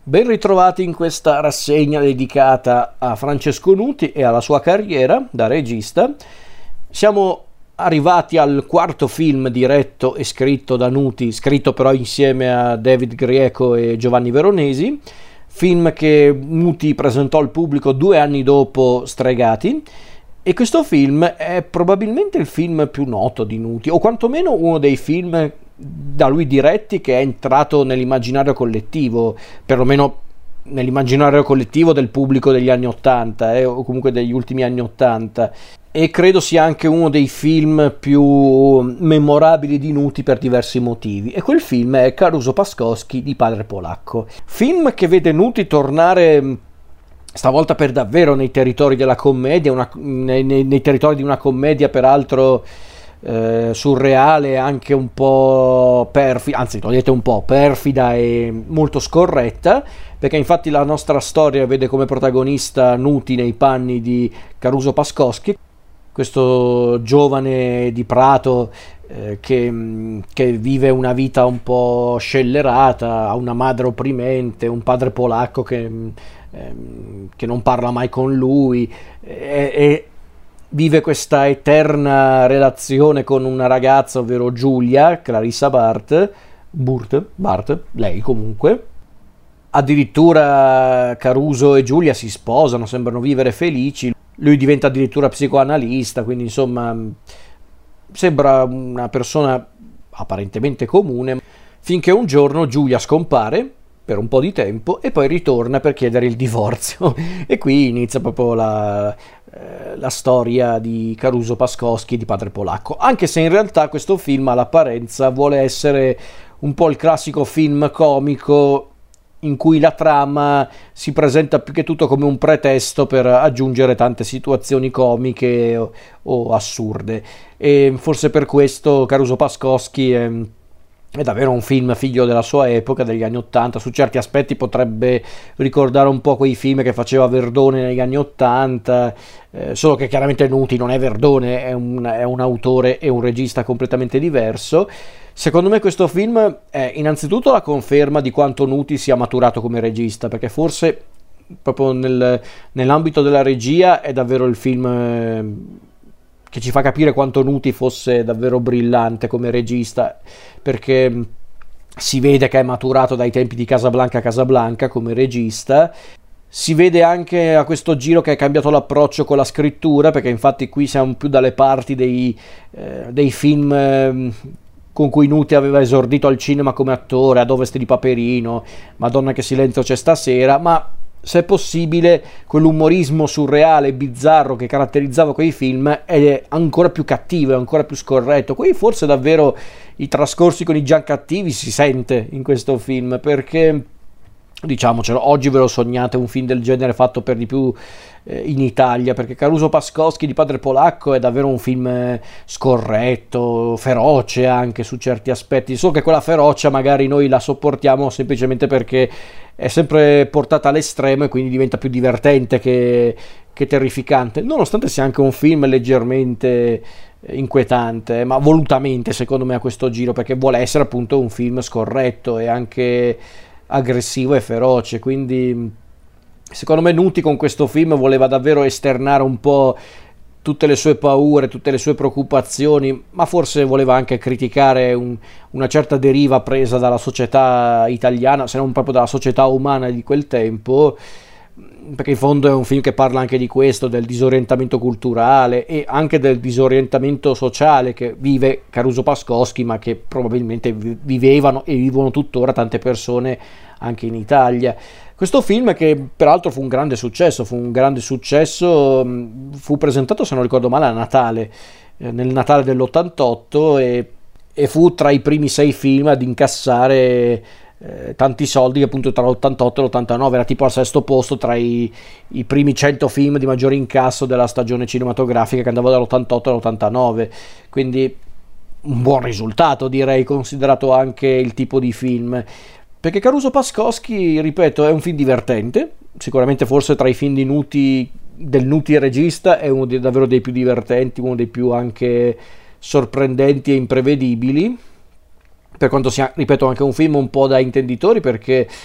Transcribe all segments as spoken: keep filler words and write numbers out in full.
Ben ritrovati in questa rassegna dedicata a Francesco Nuti e alla sua carriera da regista. Siamo arrivati al quarto film diretto e scritto da Nuti, scritto però insieme a David Grieco e Giovanni Veronesi, film che Nuti presentò al pubblico due anni dopo Stregati, e questo film è probabilmente il film più noto di Nuti, o quantomeno uno dei film da lui diretti che è entrato nell'immaginario collettivo, perlomeno nell'immaginario collettivo del pubblico degli anni ottanta, eh, o comunque degli ultimi anni ottanta, e credo sia anche uno dei film più memorabili di Nuti per diversi motivi, e quel film è Caruso Pascoski di Padre Polacco, film che vede Nuti tornare stavolta per davvero nei territori della commedia, una, nei, nei, nei territori di una commedia peraltro Eh, surreale, anche un po' perfida, anzi togliete un po', perfida e molto scorretta, perché infatti la nostra storia vede come protagonista Nuti nei panni di Caruso Pascoski, questo giovane di Prato eh, che, che vive una vita un po' scellerata, ha una madre opprimente, un padre polacco che, eh, che non parla mai con lui, e, e vive questa eterna relazione con una ragazza, ovvero Giulia, Clarissa Bart, Burt, Bart, lei comunque. Addirittura Caruso e Giulia si sposano, sembrano vivere felici. Lui diventa addirittura psicoanalista, quindi insomma sembra una persona apparentemente comune, finché un giorno Giulia scompare per un po' di tempo e poi ritorna per chiedere il divorzio e qui inizia proprio la, eh, la storia di Caruso Pascoski di Padre Polacco, anche se in realtà questo film all'apparenza vuole essere un po' il classico film comico in cui la trama si presenta più che tutto come un pretesto per aggiungere tante situazioni comiche o, o assurde, e forse per questo Caruso Pascoski è È davvero un film figlio della sua epoca, degli anni ottanta. Su certi aspetti potrebbe ricordare un po' quei film che faceva Verdone negli anni ottanta, eh, solo che chiaramente Nuti non è Verdone, è un, è un autore e un regista completamente diverso. Secondo me questo film è innanzitutto la conferma di quanto Nuti sia maturato come regista, perché forse proprio nel, nell'ambito della regia è davvero il film Eh, che ci fa capire quanto Nuti fosse davvero brillante come regista, perché si vede che è maturato dai tempi di Casablanca a Casablanca come regista. Si vede anche a questo giro che è cambiato l'approccio con la scrittura, perché infatti qui siamo più dalle parti dei, eh, dei film eh, con cui Nuti aveva esordito al cinema come attore, Ad ovest di Paperino, Madonna che silenzio c'è stasera, ma se è possibile quell'umorismo surreale e bizzarro che caratterizzava quei film è ancora più cattivo, è ancora più scorretto. Qui forse davvero i trascorsi con i Giancattivi si sente in questo film, perché diciamocelo, oggi ve lo sognate un film del genere fatto per di più eh, in Italia, perché Caruso Pascoski di Padre Polacco è davvero un film eh, scorretto, feroce anche su certi aspetti, solo che quella ferocia magari noi la sopportiamo semplicemente perché è sempre portata all'estremo e quindi diventa più divertente che, che terrificante, nonostante sia anche un film leggermente inquietante, ma volutamente secondo me a questo giro, perché vuole essere appunto un film scorretto e anche aggressivo e feroce. Quindi secondo me Nuti con questo film voleva davvero esternare un po' tutte le sue paure, tutte le sue preoccupazioni, ma forse voleva anche criticare un, una certa deriva presa dalla società italiana, se non proprio dalla società umana di quel tempo, perché in fondo è un film che parla anche di questo, del disorientamento culturale e anche del disorientamento sociale che vive Caruso Pascoski, ma che probabilmente vivevano e vivono tuttora tante persone anche in Italia. Questo film, che peraltro fu un grande successo, fu un grande successo, fu presentato, se non ricordo male, a Natale, eh, nel Natale dell'ottantotto, e, e fu tra i primi sei film ad incassare eh, tanti soldi, appunto tra l'ottantotto e l'ottantanove, era tipo al sesto posto tra i, i primi cento film di maggiore incasso della stagione cinematografica che andava dall'ottantotto all'ottantanove, quindi un buon risultato direi, considerato anche il tipo di film. Perché Caruso Pascoski, ripeto, è un film divertente, sicuramente forse tra i film di Nuti, del Nuti regista, è uno dei, davvero dei più divertenti, uno dei più anche sorprendenti e imprevedibili, per quanto sia, ripeto, anche un film un po' da intenditori, perché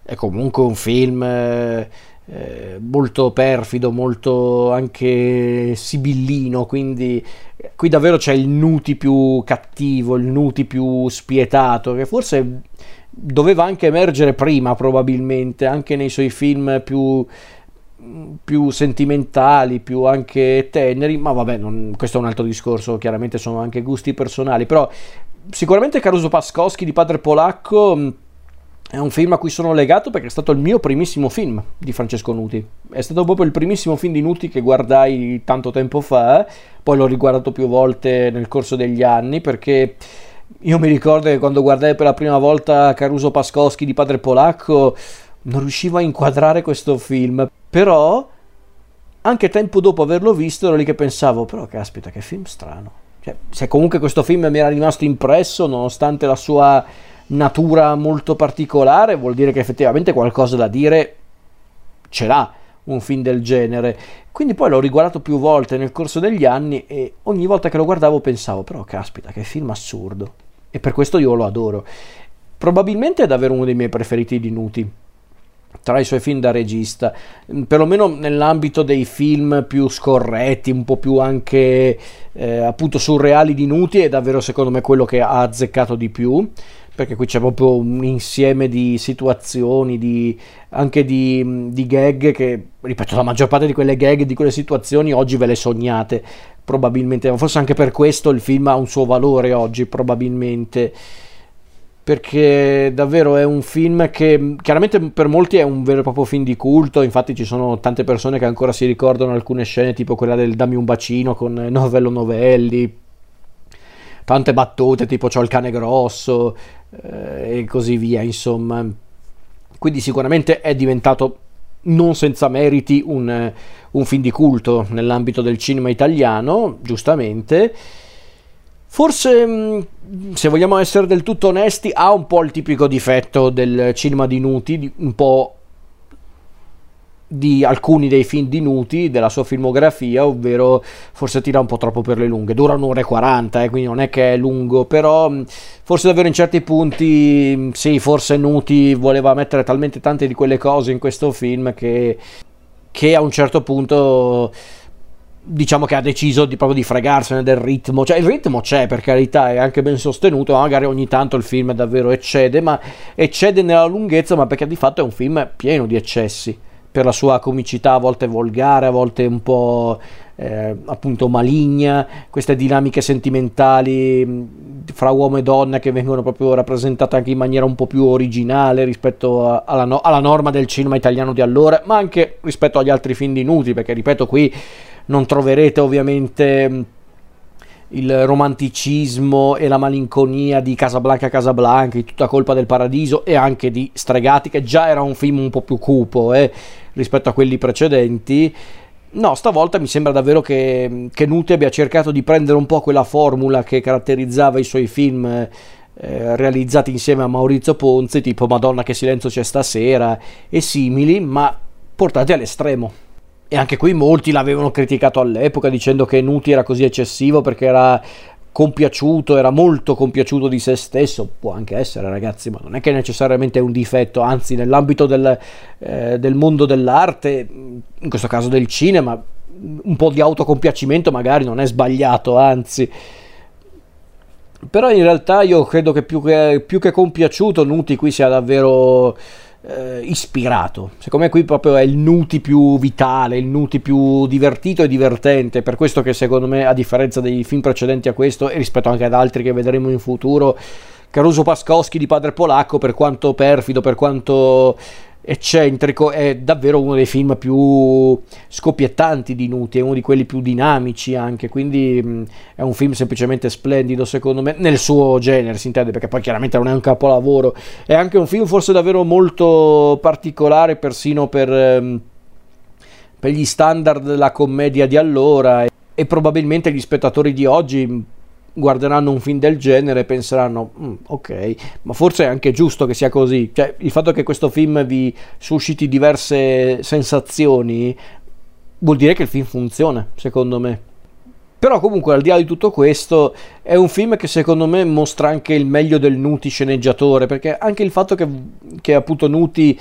è comunque un film eh, eh, molto perfido, molto anche sibillino, quindi qui davvero c'è il Nuti più cattivo, il Nuti più spietato, che forse doveva anche emergere prima, probabilmente, anche nei suoi film più, più sentimentali, più anche teneri, ma vabbè, non, questo è un altro discorso, chiaramente sono anche gusti personali, però sicuramente Caruso Pascoski di Padre Polacco è un film a cui sono legato perché è stato il mio primissimo film di Francesco Nuti. È stato proprio il primissimo film di Nuti che guardai tanto tempo fa, poi l'ho riguardato più volte nel corso degli anni, perché io mi ricordo che quando guardai per la prima volta Caruso Pascoski di Padre Polacco non riuscivo a inquadrare questo film, però anche tempo dopo averlo visto ero lì che pensavo, però caspita, che film strano. Cioè, se comunque questo film mi era rimasto impresso nonostante la sua natura molto particolare, vuol dire che effettivamente qualcosa da dire ce l'ha un film del genere. Quindi poi l'ho riguardato più volte nel corso degli anni e ogni volta che lo guardavo pensavo, però caspita, che film assurdo, e per questo io lo adoro. Probabilmente è davvero uno dei miei preferiti di Nuti tra i suoi film da regista, perlomeno nell'ambito dei film più scorretti, un po' più anche eh, appunto surreali di Nuti, è davvero secondo me quello che ha azzeccato di più, perché qui c'è proprio un insieme di situazioni, di, anche di, di gag che, ripeto, la maggior parte di quelle gag, di quelle situazioni oggi ve le sognate, probabilmente, ma forse anche per questo il film ha un suo valore oggi, probabilmente, perché davvero è un film che chiaramente per molti è un vero e proprio film di culto, infatti ci sono tante persone che ancora si ricordano alcune scene, tipo quella del Dammi un bacino con Novello Novelli, tante battute tipo c'ho il cane grosso eh, e così via, insomma. Quindi sicuramente è diventato non senza meriti un, un film di culto nell'ambito del cinema italiano, giustamente. Forse, se vogliamo essere del tutto onesti, ha un po' il tipico difetto del cinema di Nuti, un po' di alcuni dei film di Nuti, della sua filmografia, ovvero forse tira un po' troppo per le lunghe. Dura un'ora e quaranta, eh, quindi non è che è lungo, però forse davvero in certi punti, sì, forse Nuti voleva mettere talmente tante di quelle cose in questo film che, che a un certo punto, diciamo che ha deciso di proprio di fregarsene del ritmo. Cioè il ritmo c'è, per carità, è anche ben sostenuto, ma magari ogni tanto il film davvero eccede, ma eccede nella lunghezza, ma perché di fatto è un film pieno di eccessi, per la sua comicità a volte volgare, a volte un po' eh, appunto maligna, queste dinamiche sentimentali fra uomo e donna che vengono proprio rappresentate anche in maniera un po' più originale rispetto a, alla, no, alla norma del cinema italiano di allora, ma anche rispetto agli altri film di Nuti, perché ripeto, qui non troverete ovviamente il romanticismo e la malinconia di Casablanca Casablanca, di Tutta colpa del paradiso, e anche di Stregati, che già era un film un po' più cupo eh, rispetto a quelli precedenti. No, stavolta mi sembra davvero che, che Nuti abbia cercato di prendere un po' quella formula che caratterizzava i suoi film eh, realizzati insieme a Maurizio Ponzi, tipo Madonna che silenzio c'è stasera e simili, ma portati all'estremo. E anche qui molti l'avevano criticato all'epoca dicendo che Nuti era così eccessivo perché era compiaciuto, era molto compiaciuto di se stesso. Può anche essere, ragazzi, ma non è che necessariamente è un difetto, anzi nell'ambito del, eh, del mondo dell'arte, in questo caso del cinema, un po' di autocompiacimento magari non è sbagliato, anzi. Però in realtà io credo che più che, più che compiaciuto Nuti qui sia davvero Eh, ispirato. Secondo me qui proprio è il Nuti più vitale, il Nuti più divertito e divertente, per questo che secondo me, a differenza dei film precedenti a questo e rispetto anche ad altri che vedremo in futuro, Caruso Pascoski di Padre Polacco, per quanto perfido, per quanto eccentrico, è davvero uno dei film più scoppiettanti di Nuti, è uno di quelli più dinamici anche, quindi mh, è un film semplicemente splendido secondo me, nel suo genere si intende, perché poi chiaramente non è un capolavoro, è anche un film forse davvero molto particolare persino per, ehm, per gli standard della commedia di allora, e, e probabilmente gli spettatori di oggi guarderanno un film del genere e penseranno mm, ok, ma forse è anche giusto che sia così, cioè il fatto che questo film vi susciti diverse sensazioni vuol dire che il film funziona, secondo me. Però comunque, al di là di tutto questo, è un film che secondo me mostra anche il meglio del Nuti sceneggiatore, perché anche il fatto che, che appunto Nuti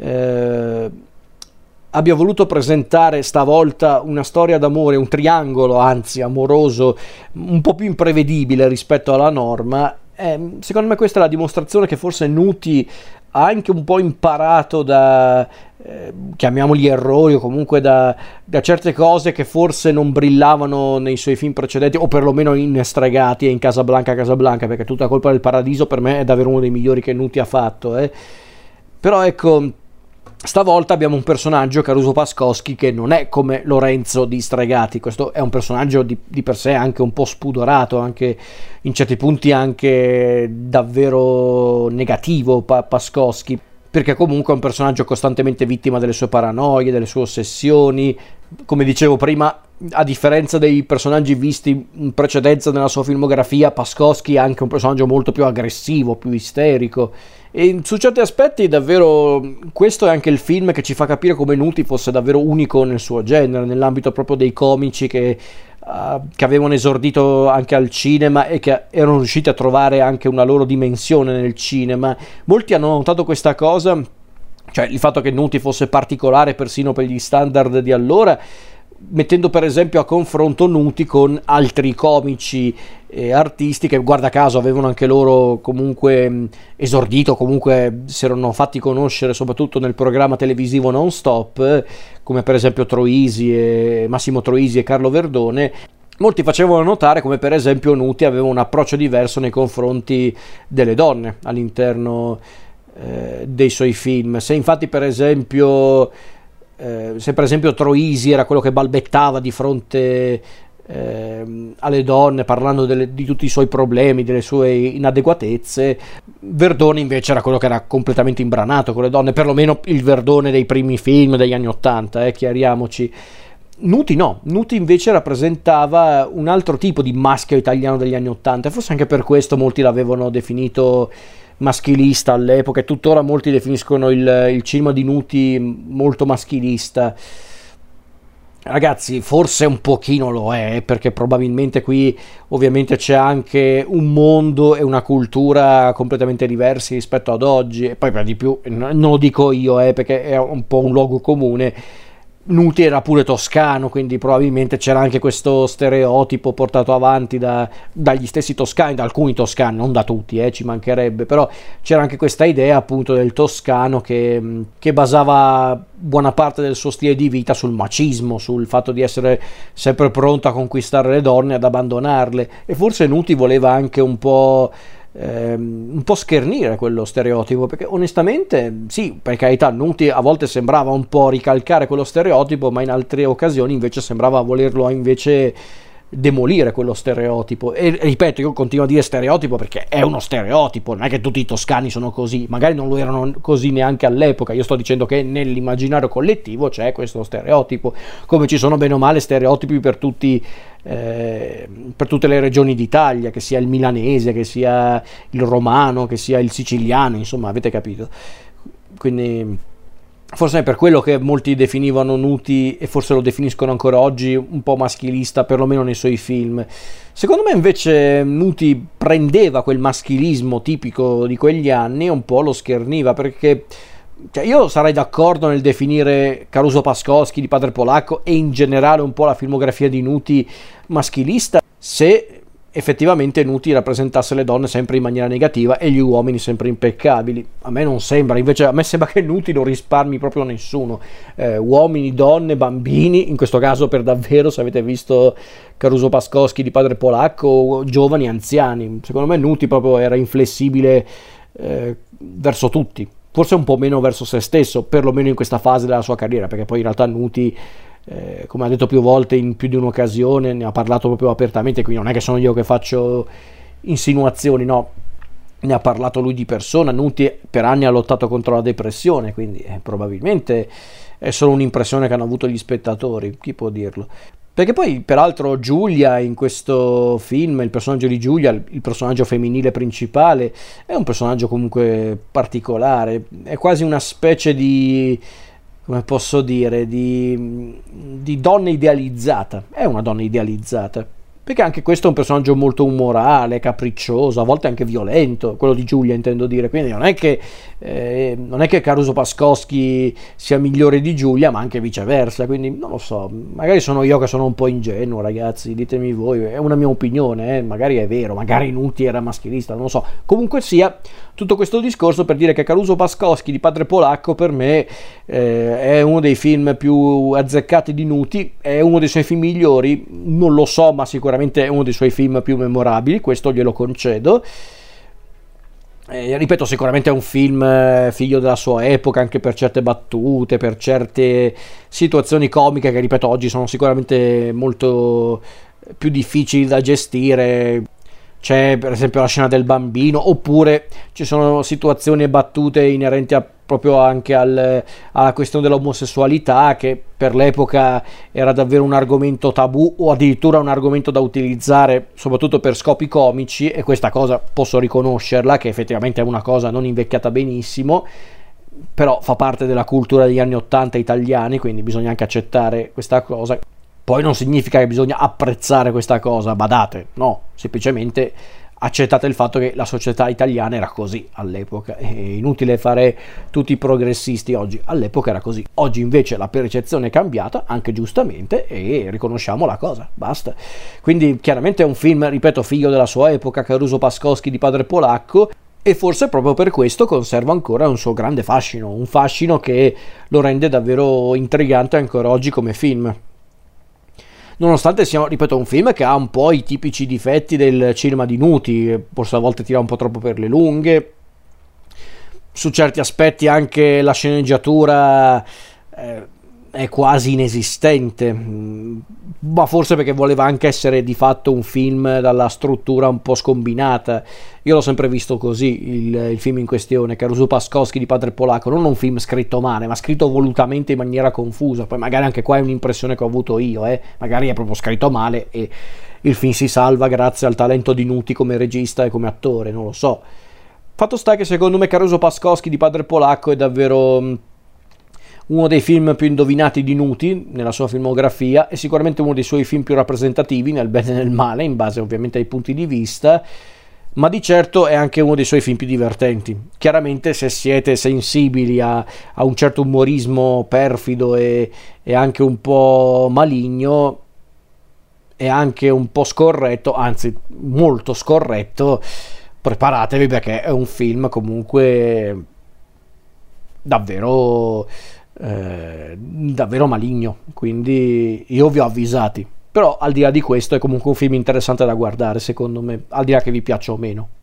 eh, abbia voluto presentare stavolta una storia d'amore, un triangolo anzi amoroso, un po' più imprevedibile rispetto alla norma, eh, secondo me questa è la dimostrazione che forse Nuti ha anche un po' imparato da, eh, chiamiamoli errori, o comunque da, da certe cose che forse non brillavano nei suoi film precedenti, o perlomeno in Stregati e in Casablanca Casablanca, perché Tutta colpa del paradiso per me è davvero uno dei migliori che Nuti ha fatto, eh. Però ecco, stavolta abbiamo un personaggio, Caruso Pascoski, che non è come Lorenzo di Stregati. Questo è un personaggio di, di per sé anche un po' spudorato, anche in certi punti anche davvero negativo, pa- Pascoski, perché comunque è un personaggio costantemente vittima delle sue paranoie, delle sue ossessioni. Come dicevo prima, a differenza dei personaggi visti in precedenza nella sua filmografia, Pascoski è anche un personaggio molto più aggressivo, più isterico, e su certi aspetti davvero questo è anche il film che ci fa capire come Nuti fosse davvero unico nel suo genere, nell'ambito proprio dei comici che, uh, che avevano esordito anche al cinema e che erano riusciti a trovare anche una loro dimensione nel cinema. Molti hanno notato questa cosa, cioè il fatto che Nuti fosse particolare persino per gli standard di allora, mettendo per esempio a confronto Nuti con altri comici e artisti che guarda caso avevano anche loro comunque mh, esordito, comunque si erano fatti conoscere soprattutto nel programma televisivo Non Stop, eh, come per esempio Troisi e Massimo Troisi e Carlo Verdone. Molti facevano notare come per esempio Nuti aveva un approccio diverso nei confronti delle donne all'interno eh, dei suoi film. Se infatti per esempio Eh, se per esempio Troisi era quello che balbettava di fronte eh, alle donne, parlando delle, di tutti i suoi problemi, delle sue inadeguatezze, Verdone invece era quello che era completamente imbranato con le donne, perlomeno il Verdone dei primi film degli anni Ottanta, eh, chiariamoci. Nuti no, Nuti invece rappresentava un altro tipo di maschio italiano degli anni Ottanta, e forse anche per questo molti l'avevano definito maschilista all'epoca, e tuttora molti definiscono il, il cinema di Nuti molto maschilista. Ragazzi, forse un pochino lo è, perché probabilmente qui ovviamente c'è anche un mondo e una cultura completamente diversi rispetto ad oggi, e poi per di più non lo dico io, eh, perché è un po' un luogo comune. Nuti era pure toscano, quindi probabilmente c'era anche questo stereotipo portato avanti da, dagli stessi toscani, da alcuni toscani, non da tutti, eh, ci mancherebbe, però c'era anche questa idea appunto del toscano che, che basava buona parte del suo stile di vita sul macismo, sul fatto di essere sempre pronto a conquistare le donne e ad abbandonarle, e forse Nuti voleva anche un po' Ehm, un po' schernire quello stereotipo, perché onestamente sì, per carità, Nuti a volte sembrava un po' ricalcare quello stereotipo, ma in altre occasioni invece sembrava volerlo invece demolire quello stereotipo. E ripeto, io continuo a dire stereotipo perché è uno stereotipo, non è che tutti i toscani sono così, magari non lo erano così neanche all'epoca. Io sto dicendo che nell'immaginario collettivo c'è questo stereotipo, come ci sono bene o male stereotipi per tutti eh, per tutte le regioni d'Italia, che sia il milanese, che sia il romano, che sia il siciliano, insomma avete capito. Quindi forse è per quello che molti definivano Nuti, e forse lo definiscono ancora oggi, un po' maschilista, perlomeno nei suoi film. Secondo me invece Nuti prendeva quel maschilismo tipico di quegli anni e un po' lo scherniva, perché cioè, io sarei d'accordo nel definire Caruso Pascoski di Padre Polacco e in generale un po' la filmografia di Nuti maschilista, se effettivamente Nuti rappresentasse le donne sempre in maniera negativa e gli uomini sempre impeccabili. A me non sembra, invece a me sembra che Nuti non risparmi proprio nessuno, eh, uomini, donne, bambini, in questo caso per davvero, se avete visto Caruso Pascoski di Padre Polacco, giovani, anziani. Secondo me Nuti proprio era inflessibile eh, verso tutti, forse un po' meno verso se stesso, perlomeno in questa fase della sua carriera, perché poi in realtà Nuti, Eh, come ha detto più volte in più di un'occasione, ne ha parlato proprio apertamente, quindi non è che sono io che faccio insinuazioni, no, ne ha parlato lui di persona. Nuti per anni ha lottato contro la depressione, quindi eh, probabilmente è solo un'impressione che hanno avuto gli spettatori, chi può dirlo. Perché poi peraltro Giulia in questo film, il personaggio di Giulia, il personaggio femminile principale, è un personaggio comunque particolare, è quasi una specie di, come posso dire, di, di donna idealizzata. È una donna idealizzata, perché anche questo è un personaggio molto umorale, capriccioso, a volte anche violento, quello di Giulia intendo dire, quindi non è che, eh, non è che Caruso Pascoski sia migliore di Giulia, ma anche viceversa, quindi non lo so, magari sono io che sono un po' ingenuo, ragazzi, ditemi voi, è una mia opinione, eh, magari è vero, magari Nuti era maschilista, non lo so, comunque sia, tutto questo discorso per dire che Caruso Pascoski di Padre Polacco per me eh, è uno dei film più azzeccati di Nuti, è uno dei suoi film migliori, non lo so, ma sicuramente è uno dei suoi film più memorabili, questo glielo concedo. Eh, ripeto, sicuramente è un film eh, figlio della sua epoca, anche per certe battute, per certe situazioni comiche che, ripeto, oggi sono sicuramente molto più difficili da gestire. C'è per esempio la scena del bambino, oppure ci sono situazioni e battute inerenti a, proprio anche al, alla questione dell'omosessualità, che per l'epoca era davvero un argomento tabù o addirittura un argomento da utilizzare soprattutto per scopi comici, e questa cosa posso riconoscerla, che effettivamente è una cosa non invecchiata benissimo, però fa parte della cultura degli anni ottanta italiani, quindi bisogna anche accettare questa cosa. Poi non significa che bisogna apprezzare questa cosa, badate, no, semplicemente accettate il fatto che la società italiana era così all'epoca, è inutile fare tutti i progressisti oggi, all'epoca era così, oggi invece la percezione è cambiata, anche giustamente, e riconosciamo la cosa, basta. Quindi chiaramente è un film, ripeto, figlio della sua epoca, Caruso Pascoski di Padre Polacco, e forse proprio per questo conserva ancora un suo grande fascino, un fascino che lo rende davvero intrigante ancora oggi come film. Nonostante sia, ripeto, un film che ha un po' i tipici difetti del cinema di Nuti, forse a volte tira un po' troppo per le lunghe, su certi aspetti anche la sceneggiatura eh, è quasi inesistente, ma forse perché voleva anche essere di fatto un film dalla struttura un po' scombinata. Io l'ho sempre visto così, il, il film in questione, Caruso Pascoski di Padre Polacco, non un film scritto male, ma scritto volutamente in maniera confusa. Poi magari anche qua è un'impressione che ho avuto io, eh? Magari è proprio scritto male e il film si salva grazie al talento di Nuti come regista e come attore, non lo so. Fatto sta che secondo me Caruso Pascoski di Padre Polacco è davvero uno dei film più indovinati di Nuti nella sua filmografia, e sicuramente uno dei suoi film più rappresentativi nel bene e nel male, in base ovviamente ai punti di vista, ma di certo è anche uno dei suoi film più divertenti. Chiaramente se siete sensibili a, a un certo umorismo perfido e, e anche un po' maligno e anche un po' scorretto, anzi molto scorretto, preparatevi, perché è un film comunque davvero eh, davvero maligno, quindi io vi ho avvisati. Però al di là di questo è comunque un film interessante da guardare, secondo me, al di là che vi piaccia o meno.